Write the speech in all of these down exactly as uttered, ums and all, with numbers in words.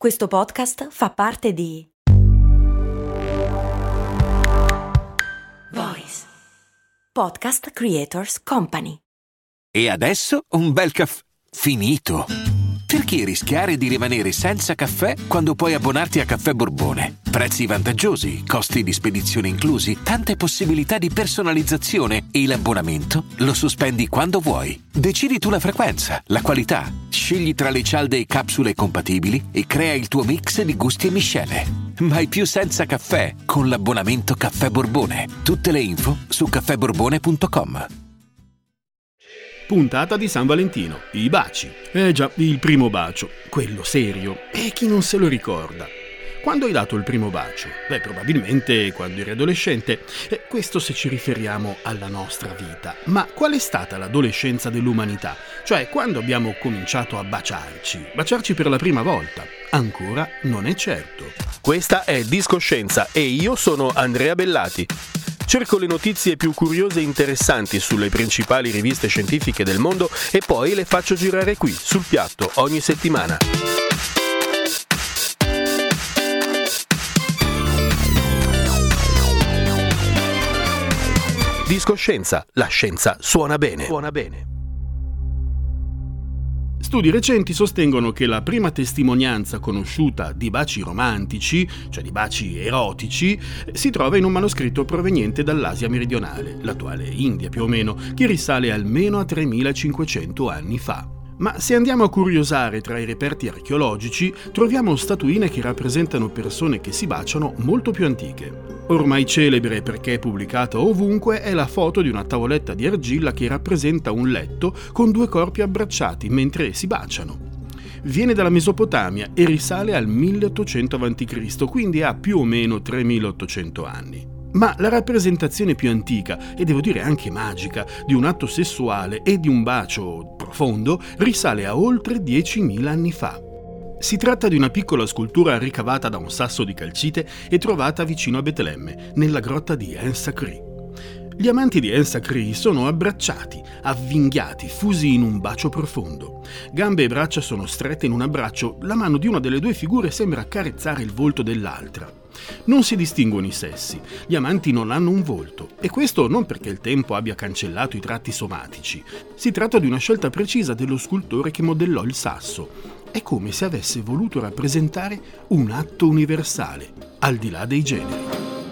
Questo podcast fa parte di Voice Podcast Creators Company. E adesso un bel caffè finito. Perché rischiare di rimanere senza caffè quando puoi abbonarti a Caffè Borbone? Prezzi vantaggiosi, costi di spedizione inclusi, tante possibilità di personalizzazione e l'abbonamento lo sospendi quando vuoi. Decidi tu la frequenza, la qualità, scegli tra le cialde e capsule compatibili e crea il tuo mix di gusti e miscele. Mai più senza caffè con l'abbonamento Caffè Borbone. Tutte le info su caffè borbone punto com. Puntata di San Valentino, i baci. Eh già, il primo bacio, quello serio. E chi non se lo ricorda? Quando hai dato il primo bacio? Beh, probabilmente quando eri adolescente. E questo se ci riferiamo alla nostra vita. Ma qual è stata l'adolescenza dell'umanità? Cioè, quando abbiamo cominciato a baciarci? Baciarci per la prima volta? Ancora non è certo. Questa è Discoscienza e io sono Andrea Bellati. Cerco le notizie più curiose e interessanti sulle principali riviste scientifiche del mondo e poi le faccio girare qui, sul piatto, ogni settimana. Discoscienza, la scienza suona bene. Suona bene. Studi recenti sostengono che la prima testimonianza conosciuta di baci romantici, cioè di baci erotici, si trova in un manoscritto proveniente dall'Asia meridionale, l'attuale India più o meno, che risale almeno a tremilacinquecento anni fa. Ma se andiamo a curiosare tra i reperti archeologici, troviamo statuine che rappresentano persone che si baciano molto più antiche. Ormai celebre perché è pubblicata ovunque è la foto di una tavoletta di argilla che rappresenta un letto con due corpi abbracciati mentre si baciano. Viene dalla Mesopotamia e risale al milleottocento avanti Cristo, quindi ha più o meno tremilaottocento anni. Ma la rappresentazione più antica, e devo dire anche magica, di un atto sessuale e di un bacio profondo risale a oltre diecimila anni fa. Si tratta di una piccola scultura ricavata da un sasso di calcite e trovata vicino a Betlemme, nella grotta di En-Sakri. Gli amanti di En-Sakri sono abbracciati, avvinghiati, fusi in un bacio profondo. Gambe e braccia sono strette in un abbraccio, la mano di una delle due figure sembra accarezzare il volto dell'altra. Non si distinguono i sessi, gli amanti non hanno un volto, e questo non perché il tempo abbia cancellato i tratti somatici. Si tratta di una scelta precisa dello scultore che modellò il sasso. È come se avesse voluto rappresentare un atto universale, al di là dei generi.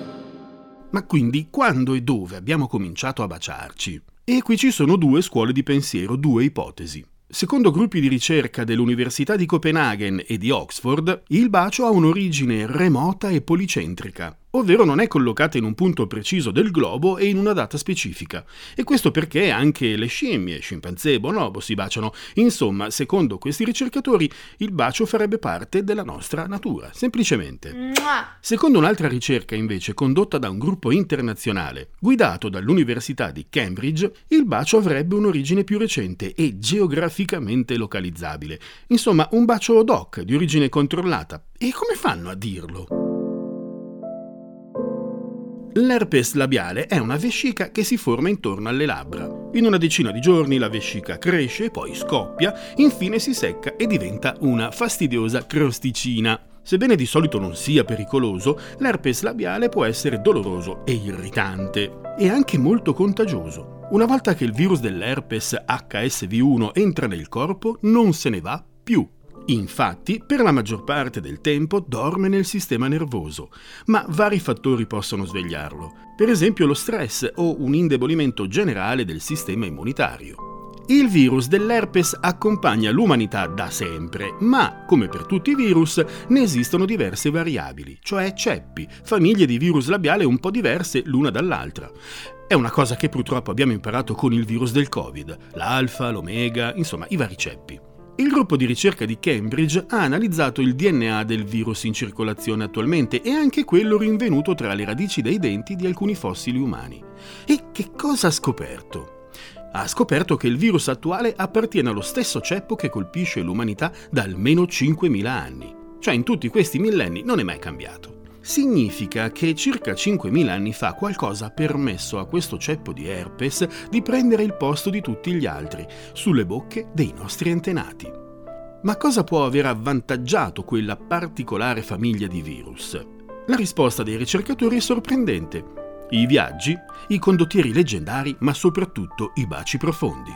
Ma quindi quando e dove abbiamo cominciato a baciarci? E qui ci sono due scuole di pensiero, due ipotesi. Secondo gruppi di ricerca dell'Università di Copenaghen e di Oxford, il bacio ha un'origine remota e policentrica, ovvero non è collocata in un punto preciso del globo e in una data specifica. E questo perché anche le scimmie, scimpanzé e bonobo si baciano. Insomma, secondo questi ricercatori, il bacio farebbe parte della nostra natura, semplicemente. Mua. Secondo un'altra ricerca, invece, condotta da un gruppo internazionale, guidato dall'Università di Cambridge, il bacio avrebbe un'origine più recente e geograficamente localizzabile. Insomma, un bacio ad hoc, di origine controllata. E come fanno a dirlo? L'herpes labiale è una vescica che si forma intorno alle labbra. In una decina di giorni la vescica cresce, poi scoppia, infine si secca e diventa una fastidiosa crosticina. Sebbene di solito non sia pericoloso, l'herpes labiale può essere doloroso e irritante, e anche molto contagioso. Una volta che il virus dell'herpes H S V uno entra nel corpo, non se ne va più. Infatti, per la maggior parte del tempo dorme nel sistema nervoso, ma vari fattori possono svegliarlo, per esempio lo stress o un indebolimento generale del sistema immunitario. Il virus dell'herpes accompagna l'umanità da sempre, ma, come per tutti i virus, ne esistono diverse variabili, cioè ceppi, famiglie di virus labiale un po' diverse l'una dall'altra. È una cosa che purtroppo abbiamo imparato con il virus del Covid, l'alfa, l'omega, insomma i vari ceppi. Il gruppo di ricerca di Cambridge ha analizzato il D N A del virus in circolazione attualmente e anche quello rinvenuto tra le radici dei denti di alcuni fossili umani. E che cosa ha scoperto? Ha scoperto che il virus attuale appartiene allo stesso ceppo che colpisce l'umanità da almeno cinquemila anni. Cioè in tutti questi millenni non è mai cambiato. Significa che circa cinquemila anni fa qualcosa ha permesso a questo ceppo di herpes di prendere il posto di tutti gli altri, sulle bocche dei nostri antenati. Ma cosa può aver avvantaggiato quella particolare famiglia di virus? La risposta dei ricercatori è sorprendente. I viaggi, i condottieri leggendari, ma soprattutto i baci profondi.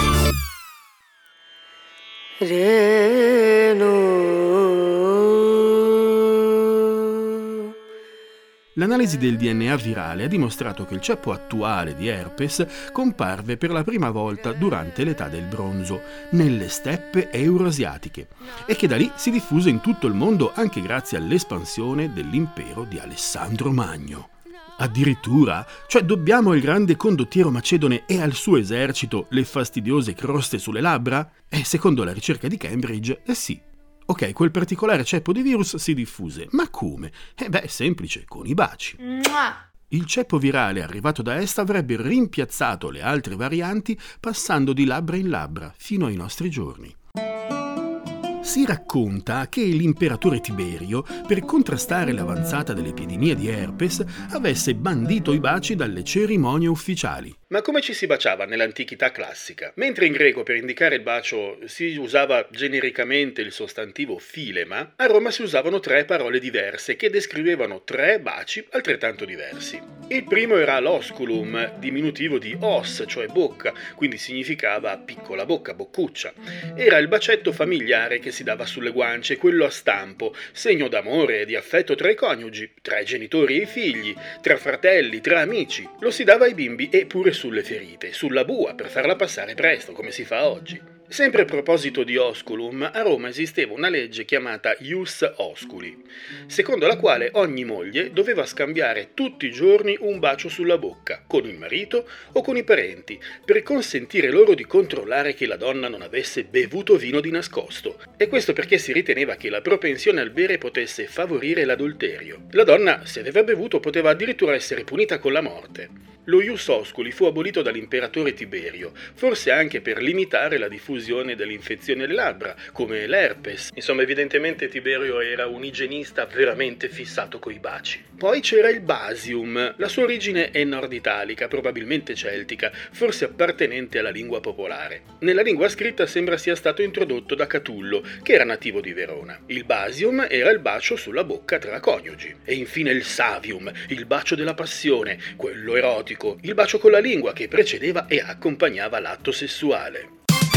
L'analisi del D N A virale ha dimostrato che il ceppo attuale di herpes comparve per la prima volta durante l'età del bronzo, nelle steppe euroasiatiche, e che da lì si diffuse in tutto il mondo anche grazie all'espansione dell'impero di Alessandro Magno. Addirittura, cioè dobbiamo al grande condottiero macedone e al suo esercito le fastidiose croste sulle labbra? E secondo la ricerca di Cambridge, eh sì. Ok, quel particolare ceppo di virus si diffuse, ma come? Eh beh, è semplice, con i baci. Il ceppo virale arrivato da est avrebbe rimpiazzato le altre varianti passando di labbra in labbra fino ai nostri giorni. Si racconta che l'imperatore Tiberio, per contrastare l'avanzata dell'epidemia di herpes, avesse bandito i baci dalle cerimonie ufficiali. Ma come ci si baciava nell'antichità classica? Mentre in greco per indicare il bacio si usava genericamente il sostantivo philema, a Roma si usavano tre parole diverse che descrivevano tre baci altrettanto diversi. Il primo era l'osculum, diminutivo di os, cioè bocca, quindi significava piccola bocca, boccuccia. Era il bacetto familiare che si dava sulle guance, quello a stampo, segno d'amore e di affetto tra i coniugi, tra i genitori e i figli, tra fratelli, tra amici. Lo si dava ai bimbi e pure sulle ferite, sulla bua, per farla passare presto, come si fa oggi. Sempre a proposito di osculum, a Roma esisteva una legge chiamata Ius Osculi, secondo la quale ogni moglie doveva scambiare tutti i giorni un bacio sulla bocca, con il marito o con i parenti, per consentire loro di controllare che la donna non avesse bevuto vino di nascosto. E questo perché si riteneva che la propensione al bere potesse favorire l'adulterio. La donna, se aveva bevuto, poteva addirittura essere punita con la morte. Lo Ius Osculi fu abolito dall'imperatore Tiberio, forse anche per limitare la diffusione delle infezioni alle labbra, come l'herpes. Insomma, evidentemente Tiberio era un igienista veramente fissato coi baci. Poi c'era il basium. La sua origine è nord italica, probabilmente celtica, forse appartenente alla lingua popolare. Nella lingua scritta sembra sia stato introdotto da Catullo, che era nativo di Verona. Il basium era il bacio sulla bocca tra coniugi. E infine il savium, il bacio della passione, quello erotico, il bacio con la lingua che precedeva e accompagnava l'atto sessuale.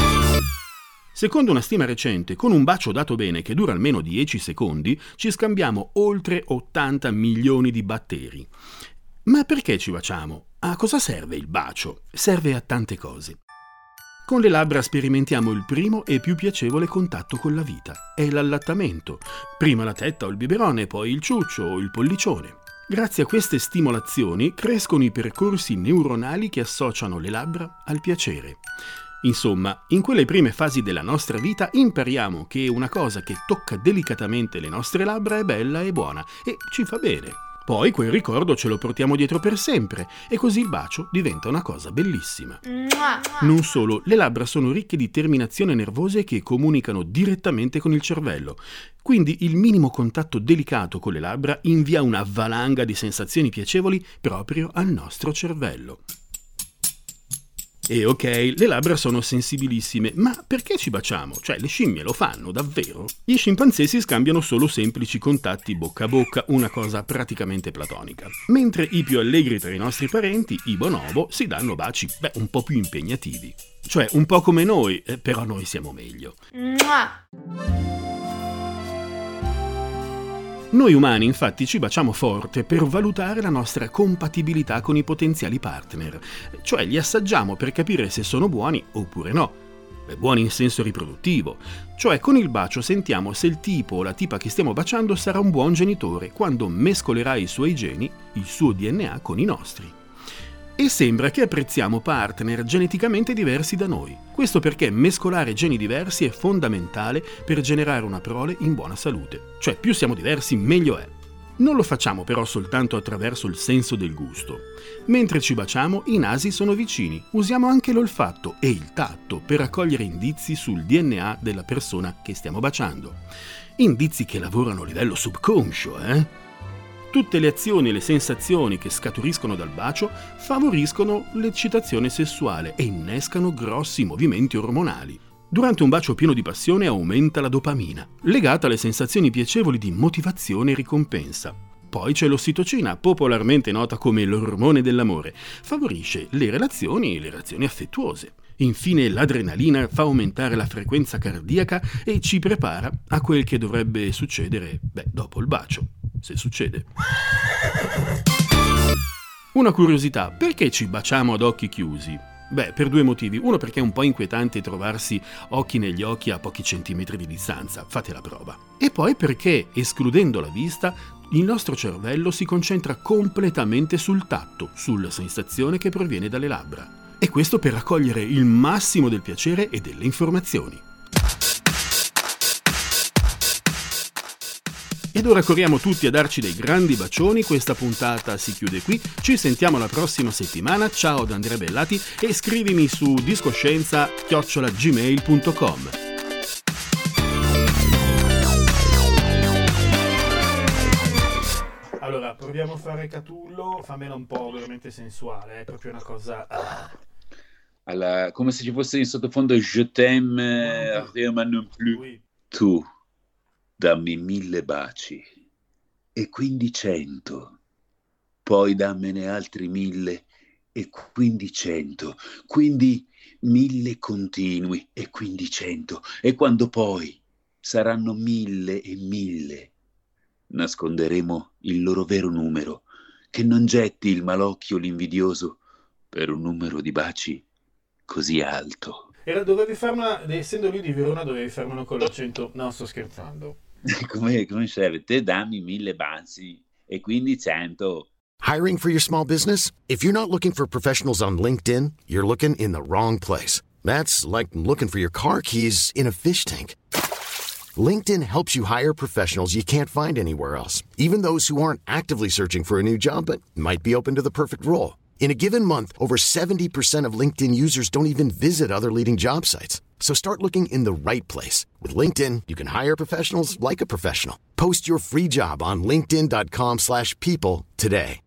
Secondo una stima recente, con un bacio dato bene che dura almeno dieci secondi, ci scambiamo oltre ottanta milioni di batteri. Ma perché ci baciamo? A cosa serve il bacio? Serve a tante cose. Con le labbra sperimentiamo il primo e più piacevole contatto con la vita. È l'allattamento. Prima la tetta o il biberone, poi il ciuccio o il pollicione. Grazie a queste stimolazioni crescono i percorsi neuronali che associano le labbra al piacere. Insomma, in quelle prime fasi della nostra vita impariamo che una cosa che tocca delicatamente le nostre labbra è bella e buona e ci fa bene. Poi quel ricordo ce lo portiamo dietro per sempre e così il bacio diventa una cosa bellissima. Non solo, le labbra sono ricche di terminazioni nervose che comunicano direttamente con il cervello. Quindi il minimo contatto delicato con le labbra invia una valanga di sensazioni piacevoli proprio al nostro cervello. E ok, le labbra sono sensibilissime, ma perché ci baciamo? Cioè, le scimmie lo fanno, davvero? Gli scimpanzé si scambiano solo semplici contatti bocca a bocca, una cosa praticamente platonica. Mentre i più allegri tra i nostri parenti, i bonobo, si danno baci, beh, un po' più impegnativi. Cioè, un po' come noi, eh, però noi siamo meglio. Noi umani infatti ci baciamo forte per valutare la nostra compatibilità con i potenziali partner, cioè li assaggiamo per capire se sono buoni oppure no. Beh, buoni in senso riproduttivo, cioè con il bacio sentiamo se il tipo o la tipa che stiamo baciando sarà un buon genitore quando mescolerà i suoi geni, il suo D N A con i nostri. E sembra che apprezziamo partner geneticamente diversi da noi. Questo perché mescolare geni diversi è fondamentale per generare una prole in buona salute. Cioè, più siamo diversi, meglio è. Non lo facciamo però soltanto attraverso il senso del gusto. Mentre ci baciamo, i nasi sono vicini. Usiamo anche l'olfatto e il tatto per raccogliere indizi sul D N A della persona che stiamo baciando. Indizi che lavorano a livello subconscio, eh? Tutte le azioni e le sensazioni che scaturiscono dal bacio favoriscono l'eccitazione sessuale e innescano grossi movimenti ormonali. Durante un bacio pieno di passione aumenta la dopamina, legata alle sensazioni piacevoli di motivazione e ricompensa. Poi c'è l'ossitocina, popolarmente nota come l'ormone dell'amore. Favorisce le relazioni e le reazioni affettuose. Infine l'adrenalina fa aumentare la frequenza cardiaca e ci prepara a quel che dovrebbe succedere, beh, dopo il bacio, se succede. Una curiosità, perché ci baciamo ad occhi chiusi? Beh, per due motivi. Uno, perché è un po' inquietante trovarsi occhi negli occhi a pochi centimetri di distanza, fate la prova. E poi perché, escludendo la vista, il nostro cervello si concentra completamente sul tatto, sulla sensazione che proviene dalle labbra. E questo per raccogliere il massimo del piacere e delle informazioni. Ed ora corriamo tutti a darci dei grandi bacioni, questa puntata si chiude qui, ci sentiamo la prossima settimana, ciao da Andrea Bellati e scrivimi su discoscienza chiocciola gmail punto com. Allora, proviamo a fare Catullo, fammela un po' veramente sensuale, è proprio una cosa... Ah. Alla, come se ci fosse in sottofondo Je t'aime, rien ma non plus. Oui. Tu, dammi mille baci, e quindi cento, poi dammene altri mille, e quindi cento, quindi mille continui, e quindi cento, e quando poi saranno mille e mille, nasconderemo il loro vero numero, che non getti il malocchio l'invidioso per un numero di baci così alto. Era, dovevi farla, essendo lui di Verona, dovevi farmelo con l'accento. No, sto scherzando. come, come serve? Te dammi mille baci e quindi cento. Hiring for your small business? If you're not looking for professionals on LinkedIn, you're looking in the wrong place. That's like looking for your car keys in a fish tank. LinkedIn helps you hire professionals you can't find anywhere else, even those who aren't actively searching for a new job but might be open to the perfect role. In a given month, over seventy percent of LinkedIn users don't even visit other leading job sites. So start looking in the right place. With LinkedIn, you can hire professionals like a professional. Post your free job on linkedin dot com slash people today.